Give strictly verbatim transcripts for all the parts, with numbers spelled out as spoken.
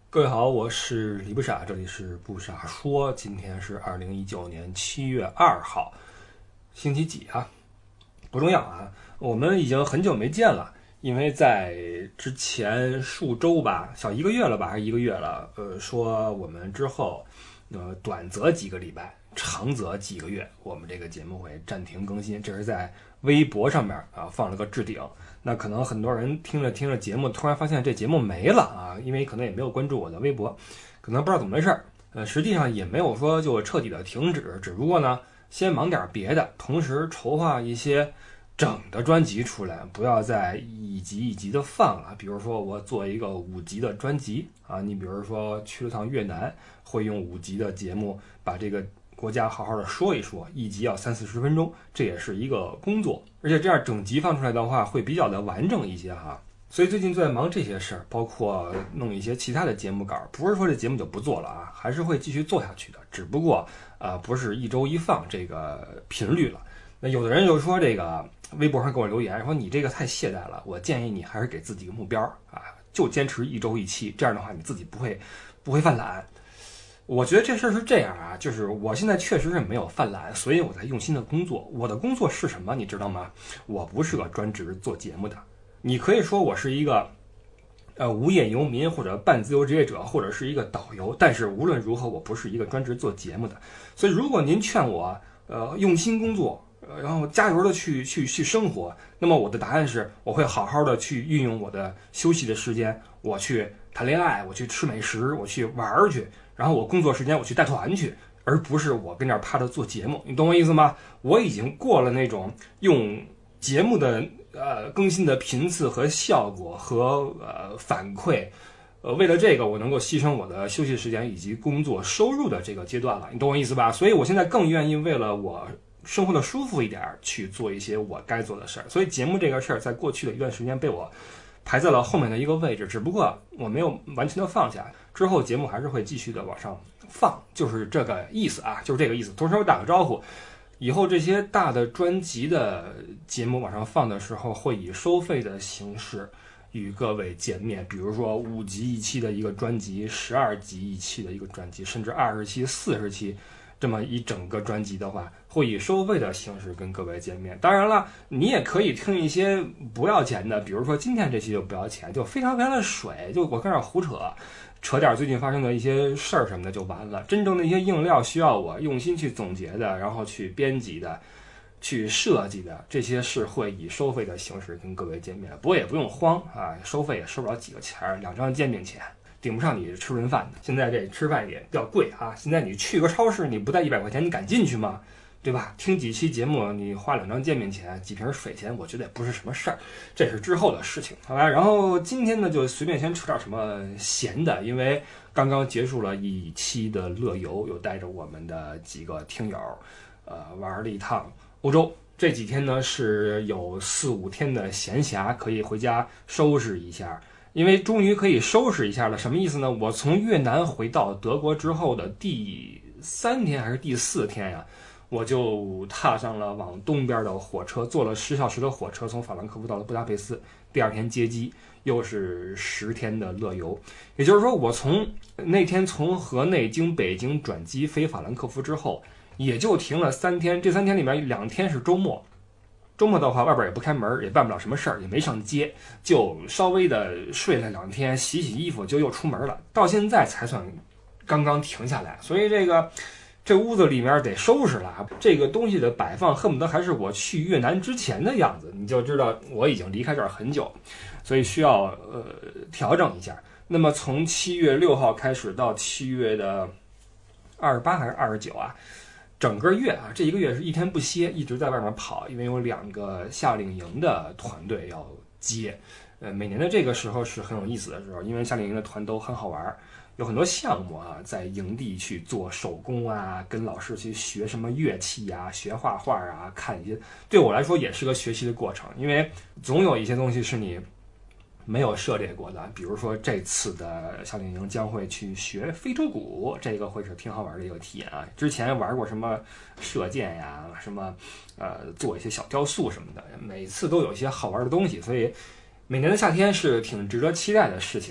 各位好，我是李不傻，这里是不傻说。今天是二零一九年七月二号，星期几啊？不重要啊。我们已经很久没见了，因为在之前数周吧，小一个月了吧，还是一个月了。呃，说我们之后，呃，短则几个礼拜，长则几个月，我们这个节目会暂停更新。这是在微博上面啊放了个置顶。那可能很多人听着听着节目，突然发现这节目没了啊，因为可能也没有关注我的微博，可能不知道怎么回事。呃，实际上也没有说就彻底的停止，只不过呢，先忙点别的，同时筹划一些整的专辑出来，不要再一集一集的放了。比如说我做一个五集的专辑啊，你比如说去了趟越南，会用五集的节目把这个国家好好的说一说，一集要三四十分钟，这也是一个工作，而且这样整集放出来的话会比较的完整一些哈。所以最近在忙这些事儿，包括弄一些其他的节目稿，不是说这节目就不做了啊，还是会继续做下去的，只不过呃不是一周一放这个频率了。那有的人就说这个微博上给我留言说你这个太懈怠了，我建议你还是给自己一个目标啊，就坚持一周一期，这样的话你自己不会不会犯懒。我觉得这事儿是这样啊，就是我现在确实是没有犯懒，所以我在用心的工作。我的工作是什么，你知道吗？我不是个专职做节目的，你可以说我是一个呃无业游民或者半自由职业者，或者是一个导游，但是无论如何，我不是一个专职做节目的。所以如果您劝我呃用心工作，呃然后加油的去去去生活，那么我的答案是我会好好的去运用我的休息的时间，我去谈恋爱，我去吃美食，我去玩儿去。然后我工作时间我去带团去，而不是我跟这儿趴着做节目，你懂我意思吗？我已经过了那种用节目的呃更新的频次和效果和呃反馈，呃为了这个我能够牺牲我的休息时间以及工作收入的这个阶段了，你懂我意思吧？所以我现在更愿意为了我生活的舒服一点去做一些我该做的事儿。所以节目这个事儿在过去的一段时间被我排在了后面的一个位置，只不过我没有完全的放下，之后节目还是会继续的往上放，就是这个意思啊，就是这个意思。同时我打个招呼，以后这些大的专辑的节目往上放的时候，会以收费的形式与各位见面，比如说五集一期的一个专辑，十二集一期的一个专辑，甚至二十期、四十期。这么一整个专辑的话，会以收费的形式跟各位见面。当然了，你也可以听一些不要钱的，比如说今天这期就不要钱，就非常非常的水，就我跟这胡扯，扯点最近发生的一些事儿什么的就完了。真正的一些硬料需要我用心去总结的，然后去编辑的，去设计的，这些是会以收费的形式跟各位见面。不过也不用慌啊，收费也收不了几个钱儿，两张煎饼钱。顶不上你吃顿饭的，现在这吃饭也比较贵啊。现在你去个超市，你不带一百块钱，你敢进去吗？对吧？听几期节目，你花两张煎饼钱、几瓶水钱，我觉得也不是什么事儿，这是之后的事情，好吧？然后今天呢，就随便先扯点什么闲的，因为刚刚结束了一期的乐游，又带着我们的几个听友，呃，玩了一趟欧洲。这几天呢是有四五天的闲暇，可以回家收拾一下。因为终于可以收拾一下了，什么意思呢？我从越南回到德国之后的第三天还是第四天呀，我就踏上了往东边的火车，坐了十小时的火车，从法兰克福到了布达佩斯。第二天接机，又是十天的乐游。也就是说，我从那天从河内经北京转机飞法兰克福之后，也就停了三天。这三天里面两天是周末。周末的话，外边也不开门，也办不了什么事儿，也没上街，就稍微的睡了两天，洗洗衣服就又出门了。到现在才算刚刚停下来，所以这个这屋子里面得收拾了。这个东西的摆放恨不得还是我去越南之前的样子，你就知道我已经离开这儿很久，所以需要呃调整一下。那么从七月六号开始到七月的二十八还是二十九啊？整个月啊，这一个月是一天不歇，一直在外面跑，因为有两个夏令营的团队要接。呃，每年的这个时候是很有意思的时候，因为夏令营的团都很好玩，有很多项目啊，在营地去做手工啊，跟老师去学什么乐器啊，学画画啊，看一些，对我来说也是个学习的过程，因为总有一些东西是你没有涉猎过的，比如说这次的夏令营将会去学非洲鼓，这个会是挺好玩的一个体验啊。之前玩过什么射箭呀，什么呃做一些小雕塑什么的，每次都有一些好玩的东西，所以每年的夏天是挺值得期待的事情。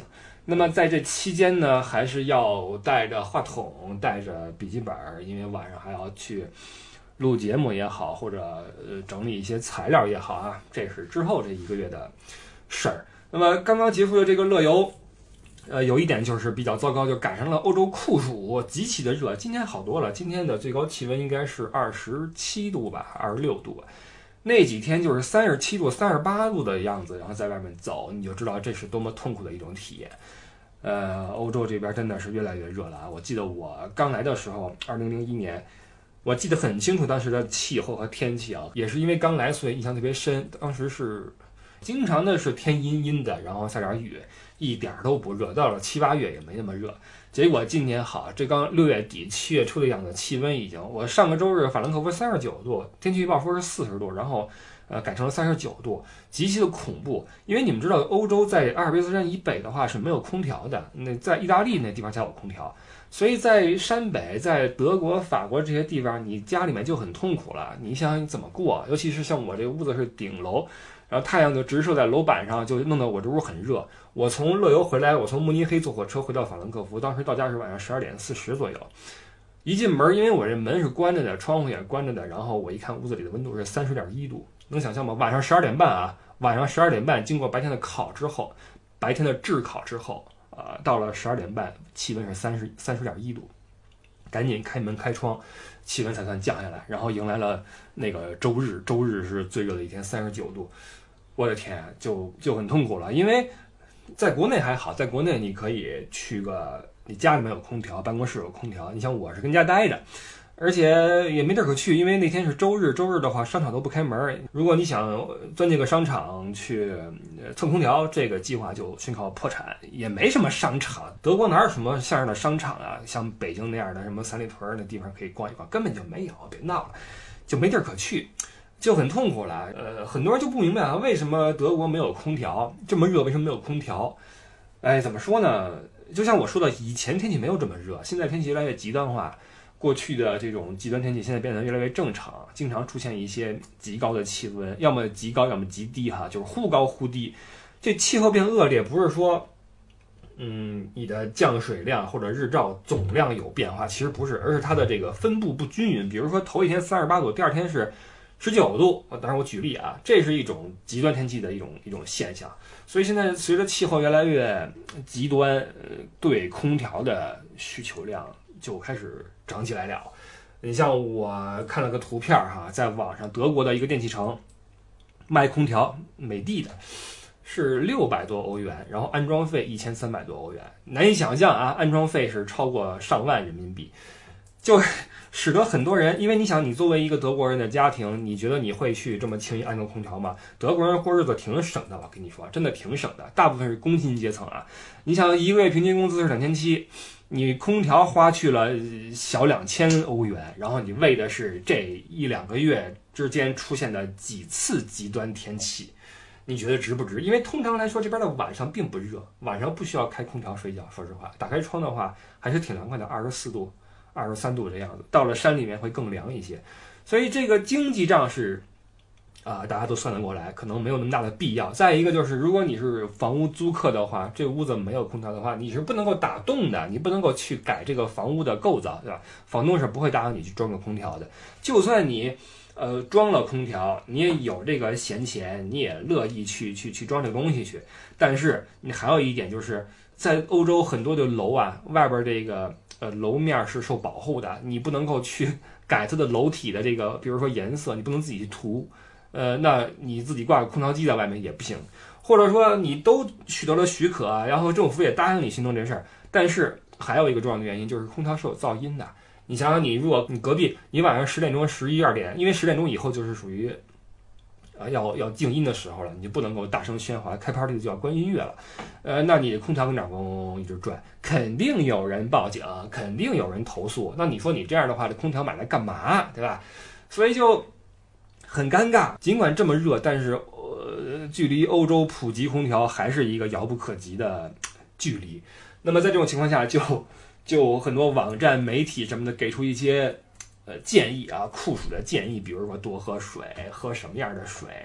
那么在这期间呢，还是要带着话筒，带着笔记本，因为晚上还要去录节目也好，或者呃整理一些材料也好啊，这是之后这一个月的事儿。那么刚刚结束的这个乐游，呃，有一点就是比较糟糕，就赶上了欧洲酷暑，极其的热。今天好多了，今天的最高气温应该是二十七度吧，二十六度。那几天就是三十七度、三十八度的样子，然后在外面走，你就知道这是多么痛苦的一种体验。呃，欧洲这边真的是越来越热了啊！我记得我刚来的时候，二零零一年。我记得很清楚，当时的气候和天气啊，也是因为刚来，所以印象特别深。当时是经常的是天阴阴的，然后下点雨，一点都不热。到了七八月也没那么热。结果今年好，这刚六月底七月初的样子，气温已经，我上个周日法兰克福三十九度，天气预报说是四十度，然后呃改成了三十九度，极其的恐怖。因为你们知道，欧洲在阿尔卑斯山以北的话是没有空调的，那在意大利那地方才有空调。所以在山北，在德国、法国这些地方，你家里面就很痛苦了。你想想怎么过？尤其是像我这个屋子是顶楼，然后太阳就直射在楼板上，就弄得我这屋很热。我从乐游回来，我从慕尼黑坐火车回到法兰克福，当时到家是晚上十二点四十左右。一进门，因为我这门是关着的，窗户也关着的，然后我一看屋子里的温度是三十点一度，能想象吗？晚上十二点半啊，晚上十二点半，经过白天的烤之后，白天的炙烤之后。呃，到了十二点半，气温是三十三十点一度，赶紧开门开窗，气温才算降下来。然后迎来了那个周日，周日是最热的一天，三十九度。我的天，就就很痛苦了。因为在国内还好，在国内你可以去个，你家里面有空调，办公室有空调。你像我是跟家待着。而且也没地儿可去，因为那天是周日，周日的话商场都不开门。如果你想钻进个商场去蹭空调，这个计划就宣告破产。也没什么商场，德国哪有什么像样的商场啊？像北京那样的什么三里屯那地方可以逛一逛，根本就没有，别闹了，就没地儿可去，就很痛苦了。呃，很多人就不明白啊，为什么德国没有空调？这么热，为什么没有空调？哎，怎么说呢？就像我说的，以前天气没有这么热，现在天气越来越极端化。过去的这种极端天气现在变得越来越正常，经常出现一些极高的气温，要么极高，要么极低，哈，就是忽高忽低。这气候变恶劣，不是说，嗯，你的降水量或者日照总量有变化，其实不是，而是它的这个分布不均匀。比如说头一天三十八度，第二天是十九度，当然我举例啊，这是一种极端天气的一种一种现象。所以现在随着气候越来越极端，呃，对空调的需求量就开始涨起来了。你像我看了个图片哈，在网上德国的一个电器城卖空调，美的的是六百多欧元，然后安装费一千三百多欧元，难以想象啊，安装费是超过上万人民币，就使得很多人，因为你想，你作为一个德国人的家庭，你觉得你会去这么轻易安装空调吗？德国人过日子挺省的，我跟你说，真的挺省的，大部分是工薪阶层啊。你想一个月平均工资是两千七。你空调花去了小两千欧元，然后你为的是这一两个月之间出现的几次极端天气，你觉得值不值？因为通常来说，这边的晚上并不热，晚上不需要开空调睡觉。说实话，打开窗的话还是挺凉快的，二十四度、二十三度这样子。到了山里面会更凉一些，所以这个经济账是。啊、呃，大家都算得过来，可能没有那么大的必要。再一个就是，如果你是房屋租客的话，这屋子没有空调的话，你是不能够打洞的，你不能够去改这个房屋的构造，对吧？房东是不会答应你去装个空调的。就算你呃装了空调，你也有这个闲钱，你也乐意去去去装这个东西去。但是你还有一点就是，在欧洲很多的楼啊，外边这个呃楼面是受保护的，你不能够去改它的楼体的这个，比如说颜色，你不能自己去涂。呃，那你自己挂个空调机在外面也不行，或者说你都取得了许可，然后政府也答应你新弄这事儿，但是还有一个重要的原因就是空调是有噪音的。你想想，你如果你隔壁你晚上十点钟、十一二点，因为十点钟以后就是属于啊要要静音的时候了，你就不能够大声喧哗，开 party 就要关音乐了。呃，那你空调跟那儿嗡一直转，肯定有人报警，肯定有人投诉。那你说你这样的话，这空调买来干嘛，对吧？所以就。很尴尬，尽管这么热，但是呃，距离欧洲普及空调还是一个遥不可及的距离。那么在这种情况下就，就就很多网站、媒体什么的给出一些呃建议啊，酷暑的建议，比如说多喝水，喝什么样的水，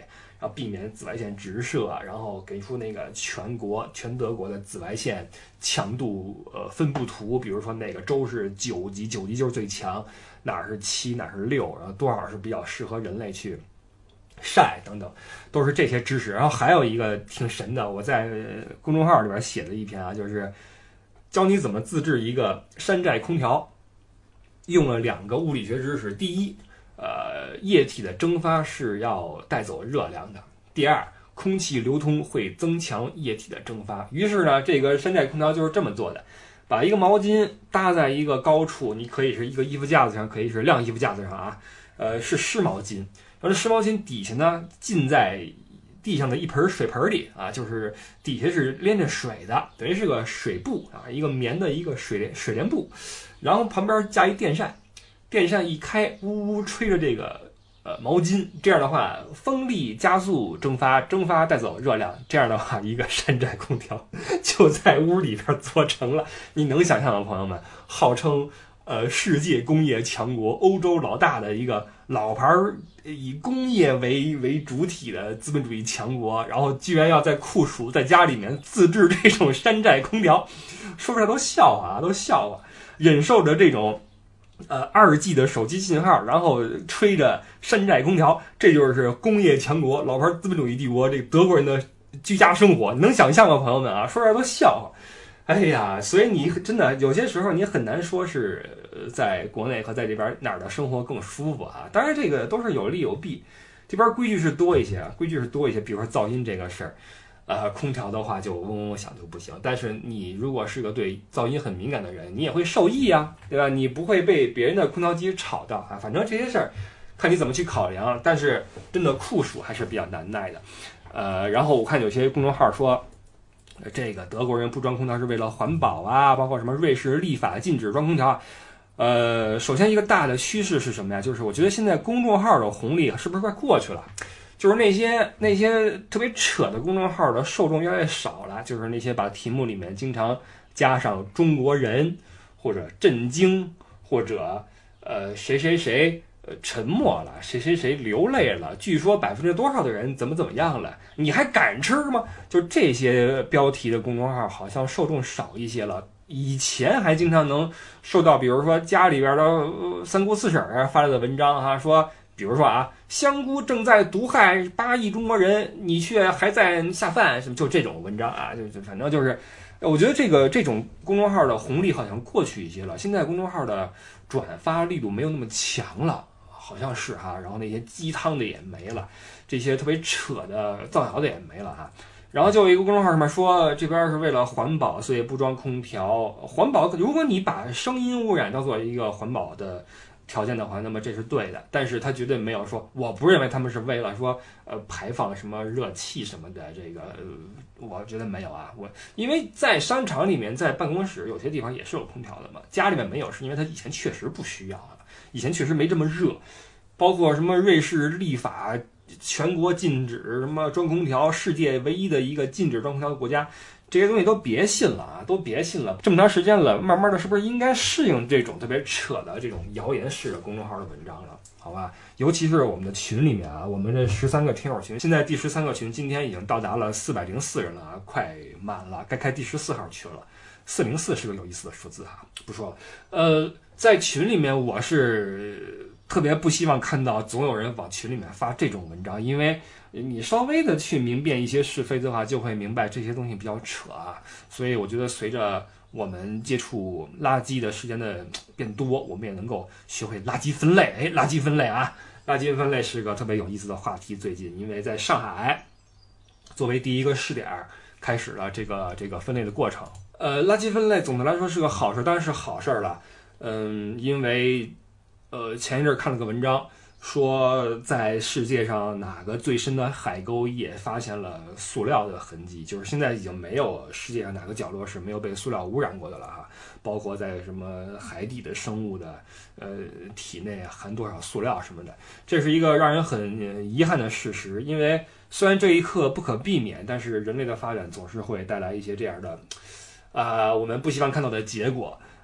然后避免紫外线直射，然后给出那个全国全德国的紫外线强度呃分布图，比如说哪个州是九级，九级就是最强，哪儿是七，哪儿是六，然后多少是比较适合人类去晒等等，都是这些知识。然后还有一个挺神的，我在公众号里边写了一篇啊，就是教你怎么自制一个山寨空调，用了两个物理学知识。第一，呃，液体的蒸发是要带走热量的。第二，空气流通会增强液体的蒸发。于是呢，这个山寨空调就是这么做的，把一个毛巾搭在一个高处，你可以是一个衣服架子上，可以是晾衣服架子上啊，呃，是湿毛巾。然后这湿毛巾底下呢，浸在地上的一盆水盆里啊，就是底下是连着水的，等于是个水布啊，一个棉的一个水水帘布，然后旁边加一电扇，电扇一开，呜呜吹着这个呃毛巾，这样的话风力加速蒸发，蒸发带走热量，这样的话一个山寨空调就在屋里边做成了。你能想象吗，朋友们？号称呃世界工业强国、欧洲老大的一个老牌以工业为为主体的资本主义强国，然后居然要在酷暑在家里面自制这种山寨空调，说出来都笑话啊，都笑话，忍受着这种呃二 G 的手机信号，然后吹着山寨空调，这就是工业强国、老牌资本主义帝国这个德国人的居家生活，你能想象吗，朋友们啊？说出来都笑话。哎呀，所以你真的有些时候你很难说是在国内和在这边哪儿的生活更舒服啊。当然这个都是有利有弊，这边规矩是多一些啊，规矩是多一些。比如说噪音这个事儿，呃，空调的话就嗡嗡嗡响就不行。但是你如果是个对噪音很敏感的人，你也会受益啊，对吧？你不会被别人的空调机吵到啊。反正这些事儿看你怎么去考量。但是真的酷暑还是比较难耐的。呃，然后我看有些公众号说，这个德国人不装空调是为了环保啊，包括什么瑞士立法禁止装空调啊。呃，首先一个大的趋势是什么呀？就是我觉得现在公众号的红利是不是快过去了？就是那些那些特别扯的公众号的受众越来越少了，就是那些把题目里面经常加上中国人或者震惊或者呃谁谁谁呃沉默了，谁谁谁流泪了，据说百分之多少的人怎么怎么样了，你还敢吃吗？就这些标题的公众号好像受众少一些了。以前还经常能收到比如说家里边的、呃、三姑四婶儿发来的文章哈、啊，说比如说啊，香菇正在毒害八亿中国人，你却还在下饭，什么就这种文章啊，就就反正就是，我觉得这个这种公众号的红利好像过去一些了，现在公众号的转发力度没有那么强了，好像是哈，然后那些鸡汤的也没了，这些特别扯的造谣的也没了哈。然后就有一个公众号上面说，这边是为了环保，所以不装空调。环保，如果你把声音污染当做一个环保的条件的话，那么这是对的。但是他绝对没有说，我不认为他们是为了说呃排放什么热气什么的，这个、呃、我觉得没有啊。我因为在商场里面，在办公室有些地方也是有空调的嘛，家里面没有，是因为他以前确实不需要啊，以前确实没这么热。包括什么瑞士立法全国禁止什么装空调，世界唯一的一个禁止装空调的国家，这些东西都别信了啊，都别信了。这么长时间了，慢慢的是不是应该适应这种特别扯的这种谣言式的公众号的文章了？好吧，尤其是我们的群里面啊，我们这十三个听友群，现在第十三个群今天已经到达了四百零四人了啊，快满了，该开第十四号群了。四零四是个有意思的数字哈，不说了。呃，在群里面我是特别不希望看到总有人往群里面发这种文章，因为你稍微的去明辨一些是非的话，就会明白这些东西比较扯啊。所以我觉得随着我们接触垃圾的时间的变多，我们也能够学会垃圾分类。哎，垃圾分类啊，垃圾分类是个特别有意思的话题。最近因为在上海作为第一个试点开始了这个这个分类的过程。呃，垃圾分类总的来说是个好事，当然是好事了。嗯，因为呃前一阵看了个文章，说在世界上哪个最深的海沟也发现了塑料的痕迹，就是现在已经没有世界上哪个角落是没有被塑料污染过的了哈，包括在什么海底的生物的呃体内含多少塑料什么的，这是一个让人很遗憾的事实。因为虽然这一刻不可避免，但是人类的发展总是会带来一些这样的啊、呃、我们不希望看到的结果。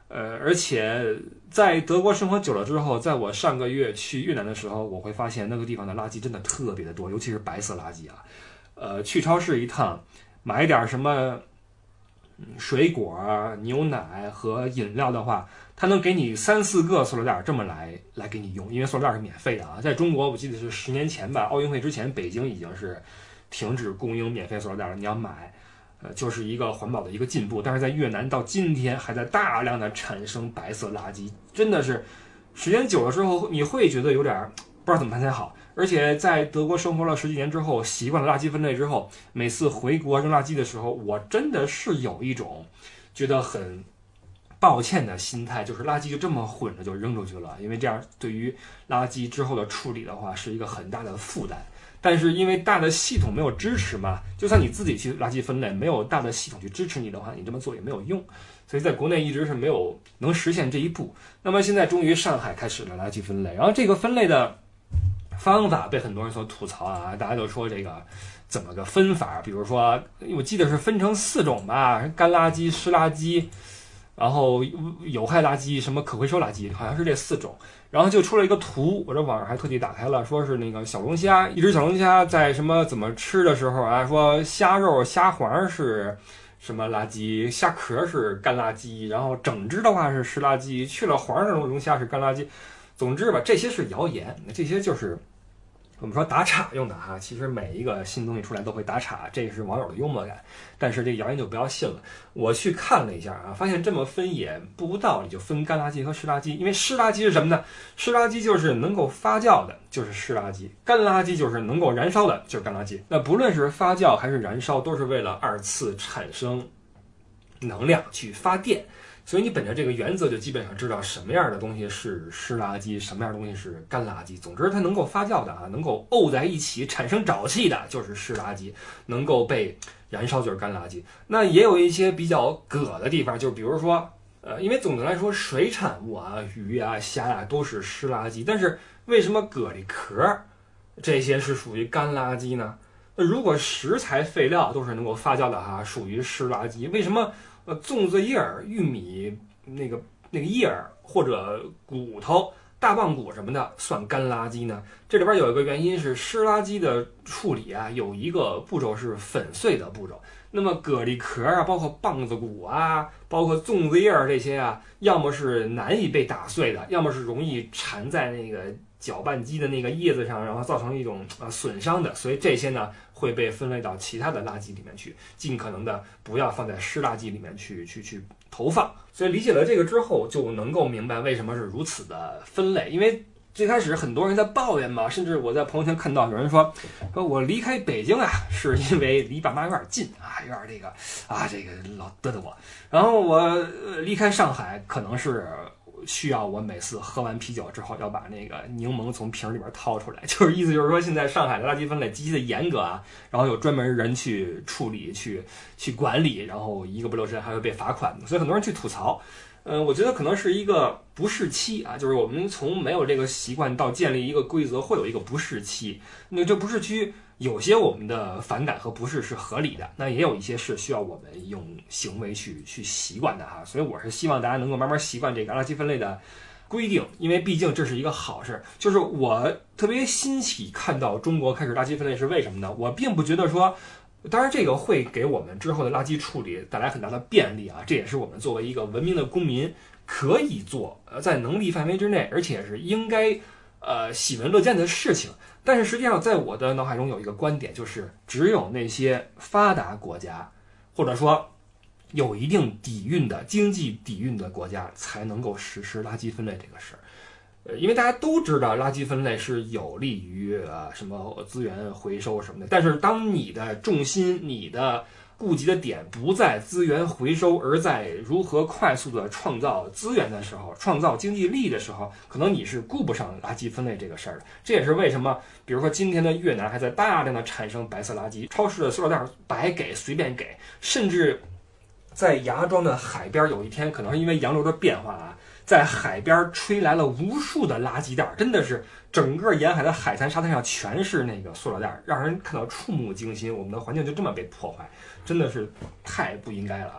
呃，而且在德国生活久了之后，在我上个月去越南的时候，我会发现那个地方的垃圾真的特别的多，尤其是白色垃圾啊。呃，去超市一趟，买点什么水果、牛奶和饮料的话，它能给你三四个塑料袋这么来来给你用，因为塑料袋是免费的啊。在中国，我记得是十年前吧，奥运会之前，北京已经是停止供应免费塑料袋了，你要买。呃，就是一个环保的一个进步，但是在越南到今天还在大量的产生白色垃圾，真的是时间久了之后，你会觉得有点不知道怎么办才好。而且在德国生活了十几年之后，习惯了垃圾分类之后，每次回国扔垃圾的时候，我真的是有一种觉得很抱歉的心态，就是垃圾就这么混着就扔出去了，因为这样对于垃圾之后的处理的话是一个很大的负担。但是因为大的系统没有支持嘛，就算你自己去垃圾分类，没有大的系统去支持你的话，你这么做也没有用。所以在国内一直是没有能实现这一步。那么现在终于上海开始了垃圾分类，然后这个分类的方法被很多人所吐槽啊，大家都说这个怎么个分法，比如说我记得是分成四种吧，干垃圾、湿垃圾，然后有害垃圾、什么可回收垃圾，好像是这四种。然后就出了一个图，我这网上还特地打开了，说是那个小龙虾，一只小龙虾在什么怎么吃的时候啊，说虾肉、虾黄是什么垃圾，虾壳是干垃圾，然后整只的话是湿垃圾，去了黄的龙虾是干垃圾。总之吧，这些是谣言，这些就是我们说打岔用的哈。其实每一个新东西出来都会打岔，这是网友的幽默感。但是这个谣言就不要信了。我去看了一下啊，发现这么分也不无道理，就分干垃圾和湿垃圾。因为湿垃圾是什么呢？湿垃圾就是能够发酵的，就是湿垃圾；干垃圾就是能够燃烧的，就是干垃圾。那不论是发酵还是燃烧，都是为了二次产生能量去发电。所以你本着这个原则，就基本上知道什么样的东西是湿垃圾，什么样的东西是干垃圾。总之，它能够发酵的啊，能够沤在一起产生沼气的，就是湿垃圾；能够被燃烧就是干垃圾。那也有一些比较葛的地方，就比如说，呃，因为总的来说，水产物啊，鱼啊、虾啊都是湿垃圾，但是为什么蛤蜊壳这些是属于干垃圾呢？那如果食材废料都是能够发酵的哈，属于湿垃圾，为什么？呃，粽子叶儿、玉米那个那个叶儿或者骨头、大棒骨什么的算干垃圾呢？这里边有一个原因是湿垃圾的处理啊，有一个步骤是粉碎的步骤。那么蛤蜊壳啊，包括棒子骨啊，包括粽子叶儿这些啊，要么是难以被打碎的，要么是容易缠在那个搅拌机的那个叶子上，然后造成一种呃损伤的，所以这些呢会被分类到其他的垃圾里面去，尽可能的不要放在湿垃圾里面去去去投放。所以理解了这个之后，就能够明白为什么是如此的分类。因为最开始很多人在抱怨嘛，甚至我在朋友圈看到有人说，说我离开北京啊，是因为离爸妈有点近啊，有点这个啊这个老嘚嘚我，然后我离开上海可能是。需要我每次喝完啤酒之后要把那个柠檬从瓶里边掏出来，就是意思就是说现在上海的垃圾分类极其的严格啊，然后有专门人去处理、去去管理，然后一个不留神还会被罚款的，所以很多人去吐槽。嗯，我觉得可能是一个不适期啊，就是我们从没有这个习惯到建立一个规则，会有一个不适期。那这不适期，有些我们的反感和不适是合理的，那也有一些是需要我们用行为去去习惯的哈。所以我是希望大家能够慢慢习惯这个垃圾分类的规定，因为毕竟这是一个好事。就是我特别欣喜看到中国开始垃圾分类是为什么呢？我并不觉得说。当然，这个会给我们之后的垃圾处理带来很大的便利啊！这也是我们作为一个文明的公民可以做，呃，在能力范围之内，而且是应该呃喜闻乐见的事情。但是实际上，在我的脑海中有一个观点，就是只有那些发达国家，或者说有一定底蕴的经济底蕴的国家，才能够实施垃圾分类这个事儿。呃，因为大家都知道垃圾分类是有利于呃什么资源回收什么的，但是当你的重心、你的顾及的点不在资源回收，而在如何快速的创造资源的时候，创造经济利益的时候，可能你是顾不上垃圾分类这个事儿的。这也是为什么，比如说今天的越南还在大量的产生白色垃圾，超市的塑料袋白给随便给，甚至在芽庄的海边，有一天可能是因为洋流的变化啊。在海边吹来了无数的垃圾袋，真的是整个沿海的海滩沙滩上全是那个塑料袋，让人看到触目惊心。我们的环境就这么被破坏，真的是太不应该了啊！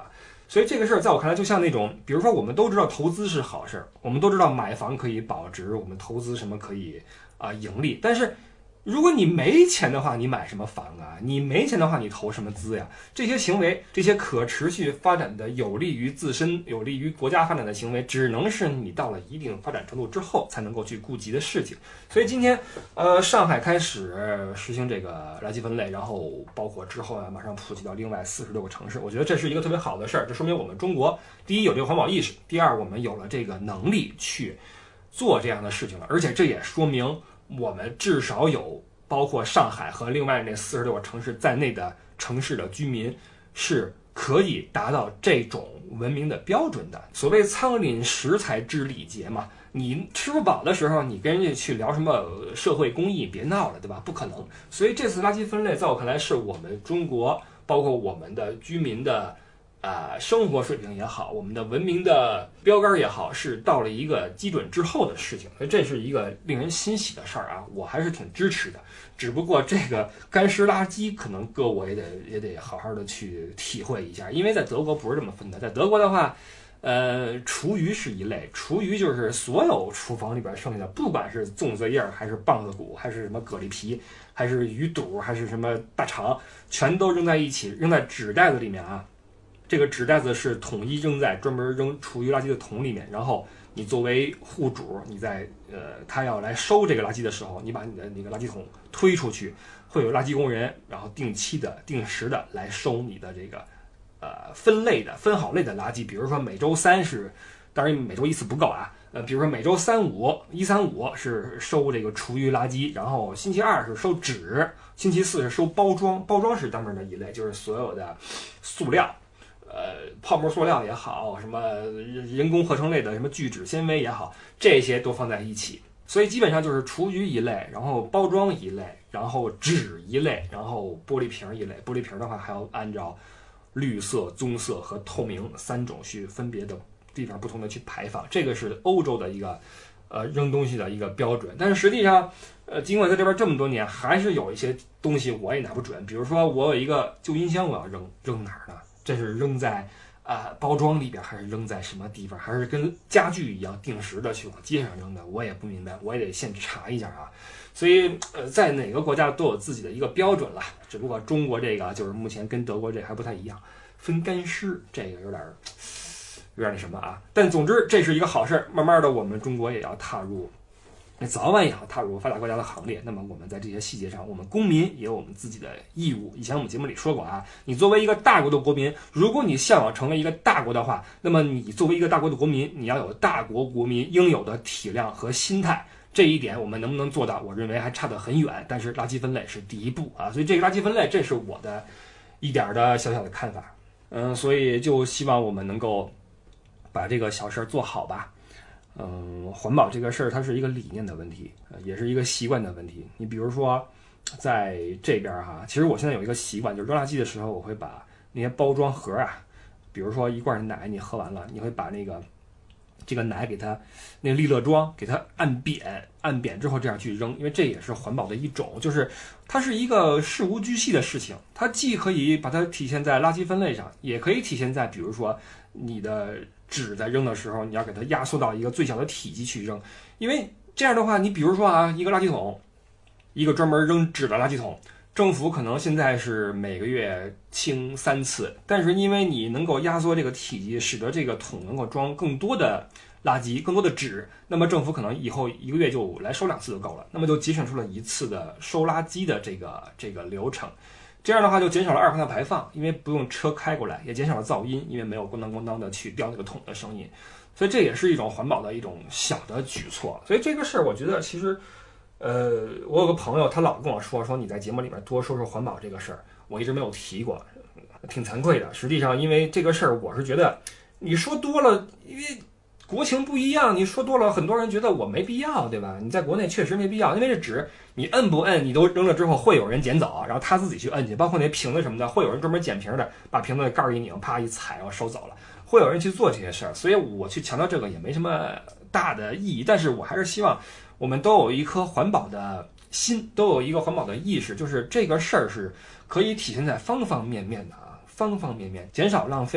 所以这个事儿在我看来，就像那种，比如说我们都知道投资是好事儿，我们都知道买房可以保值，我们投资什么可以啊、呃、盈利，但是如果你没钱的话，你买什么房啊？你没钱的话，你投什么资呀？这些行为，这些可持续发展的、有利于自身、有利于国家发展的行为，只能是你到了一定发展程度之后才能够去顾及的事情。所以今天，呃，上海开始实行这个垃圾分类，然后包括之后啊，马上普及到另外四十六个城市。我觉得这是一个特别好的事儿，这说明我们中国第一有这个环保意识，第二我们有了这个能力去做这样的事情了，而且这也说明我们至少有包括上海和另外那四十六个城市在内的城市的居民是可以达到这种文明的标准的。所谓仓廪实才知礼节嘛，你吃不饱的时候，你跟人家去聊什么社会公益，别闹了，对吧？不可能。所以这次垃圾分类，在我看来，是我们中国包括我们的居民的啊、呃，生活水平也好，我们的文明的标杆也好，是到了一个基准之后的事情，所以这是一个令人欣喜的事儿啊，我还是挺支持的。只不过这个干湿垃圾，可能哥我也得也得好好的去体会一下，因为在德国不是这么分的，在德国的话，呃，厨余是一类，厨余就是所有厨房里边剩下的，不管是粽子叶还是棒子骨，还是什么蛤蜊皮，还是鱼肚，还是什么大肠，全都扔在一起，扔在纸袋子里面啊。这个纸袋子是统一扔在专门扔厨余垃圾的桶里面，然后你作为户主，你在呃他要来收这个垃圾的时候，你把你的那个垃圾桶推出去，会有垃圾工人，然后定期的、定时的来收你的这个呃分类的、分好类的垃圾。比如说每周三是，当然每周一次不够啊，呃，比如说每周三五一三五是收这个厨余垃圾，然后星期二是收纸，星期四是收包装，包装是专门的一类，就是所有的塑料。呃，泡沫塑料也好，什么人工合成类的什么聚酯纤维也好，这些都放在一起。所以基本上就是厨余一类，然后包装一类，然后纸一类，然后玻璃瓶一类。玻璃瓶的话还要按照绿色、棕色和透明三种去分别的地方不同的去排放。这个是欧洲的一个呃扔东西的一个标准。但是实际上，呃，尽管在这边这么多年，还是有一些东西我也拿不准。比如说我有一个旧音箱，我要扔，扔哪儿呢？这是扔在啊、呃、包装里边，还是扔在什么地方？还是跟家具一样定时的去往街上扔的？我也不明白，我也得先查一下啊。所以呃，在哪个国家都有自己的一个标准了，只不过中国这个就是目前跟德国这还不太一样，分干湿，这个有点有点那什么啊。但总之这是一个好事，慢慢的我们中国也要踏入。早晚也要踏入发达国家的行列。那么我们在这些细节上，我们公民也有我们自己的义务。以前我们节目里说过啊，你作为一个大国的国民，如果你向往成为一个大国的话，那么你作为一个大国的国民，你要有大国国民应有的体谅和心态。这一点我们能不能做到，我认为还差得很远。但是垃圾分类是第一步啊，所以这个垃圾分类，这是我的一点的小小的看法。嗯，所以就希望我们能够把这个小事做好吧。嗯，环保这个事儿，它是一个理念的问题，也是一个习惯的问题。你比如说，在这边哈，其实我现在有一个习惯，就是扔垃圾的时候，我会把那些包装盒啊，比如说一罐奶，你喝完了，你会把那个这个奶给它那个利乐装给它按扁，按扁之后这样去扔，因为这也是环保的一种，就是它是一个事无巨细的事情，它既可以把它体现在垃圾分类上，也可以体现在比如说你的纸在扔的时候，你要给它压缩到一个最小的体积去扔，因为这样的话，你比如说啊，一个垃圾桶，一个专门扔纸的垃圾桶，政府可能现在是每个月清三次，但是因为你能够压缩这个体积，使得这个桶能够装更多的垃圾、更多的纸，那么政府可能以后一个月就来收两次就够了，那么就节省出了一次的收垃圾的这个这个流程。这样的话就减少了二氧化碳排放，因为不用车开过来，也减少了噪音，因为没有咣当咣当的去掉那个桶的声音，所以这也是一种环保的一种小的举措。所以这个事儿，我觉得其实，呃，我有个朋友，他老跟我说说你在节目里面多说说环保这个事儿，我一直没有提过，挺惭愧的。实际上，因为这个事儿，我是觉得你说多了，因为国情不一样，你说多了，很多人觉得我没必要，对吧？你在国内确实没必要，因为这纸你摁不摁，你都扔了之后会有人捡走，然后他自己去摁去，包括那瓶子什么的，会有人专门捡瓶的，把瓶子的盖儿一拧，啪一踩，然后收走了，会有人去做这些事儿。所以我去强调这个也没什么大的意义，但是我还是希望我们都有一颗环保的心，都有一个环保的意识，就是这个事儿是可以体现在方方面面的啊，方方面面，减少浪费。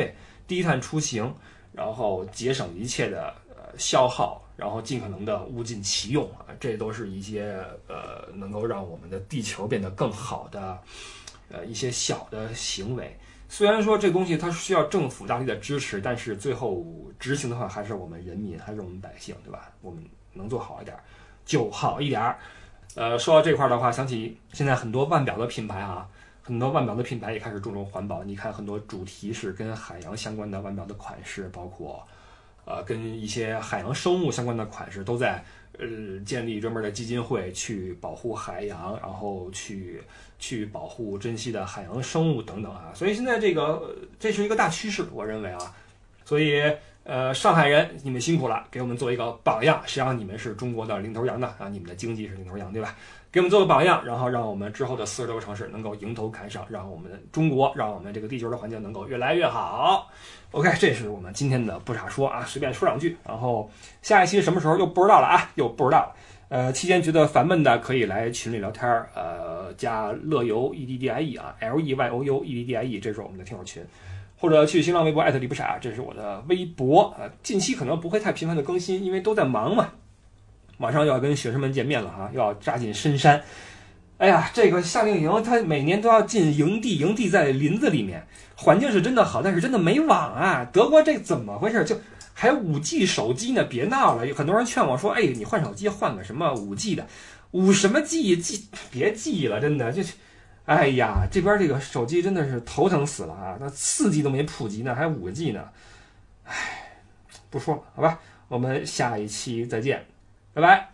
低碳出行，然后节省一切的呃消耗，然后尽可能的物尽其用啊，这都是一些呃能够让我们的地球变得更好的呃一些小的行为。虽然说这东西它需要政府大力的支持，但是最后执行的话还是我们人民，还是我们百姓，对吧？我们能做好一点就好一点。呃，说到这块的话，想起现在很多腕表的品牌啊，很多腕表的品牌也开始注重环保。你看很多主题是跟海洋相关的腕表的款式，包括呃跟一些海洋生物相关的款式，都在呃建立专门的基金会去保护海洋，然后去去保护珍稀的海洋生物等等啊。所以现在这个这是一个大趋势，我认为啊，所以。呃，上海人，你们辛苦了，给我们做一个榜样。实际上你们是中国的领头羊的啊，你们的经济是领头羊，对吧？给我们做个榜样，然后让我们之后的四十多个城市能够迎头赶上，让我们中国，让我们这个地球的环境能够越来越好。OK， 这是我们今天的不傻说啊，随便说两句。然后下一期什么时候又不知道了啊，又不知道了。呃，期间觉得烦闷的可以来群里聊天，呃，加乐游 E D D I E 啊 ，L E Y O U E D D I E， 这是我们的听友群。或者去新浪微博艾特李不傻，这是我的微博。呃，近期可能不会太频繁的更新，因为都在忙嘛。马上又要跟学生们见面了哈，又要扎进深山。哎呀，这个夏令营它每年都要进营地，营地在林子里面，环境是真的好，但是真的没网啊。德国这怎么回事？就还五 G 手机呢？别闹了！有很多人劝我说：“哎，你换手机换个什么五 G 的，五什么 G G 别 G 了，真的就。”哎呀，这边这个手机真的是头疼死了啊！那四 G 都没普及呢，还五 G 呢。唉，不说了，好吧，我们下一期再见，拜拜。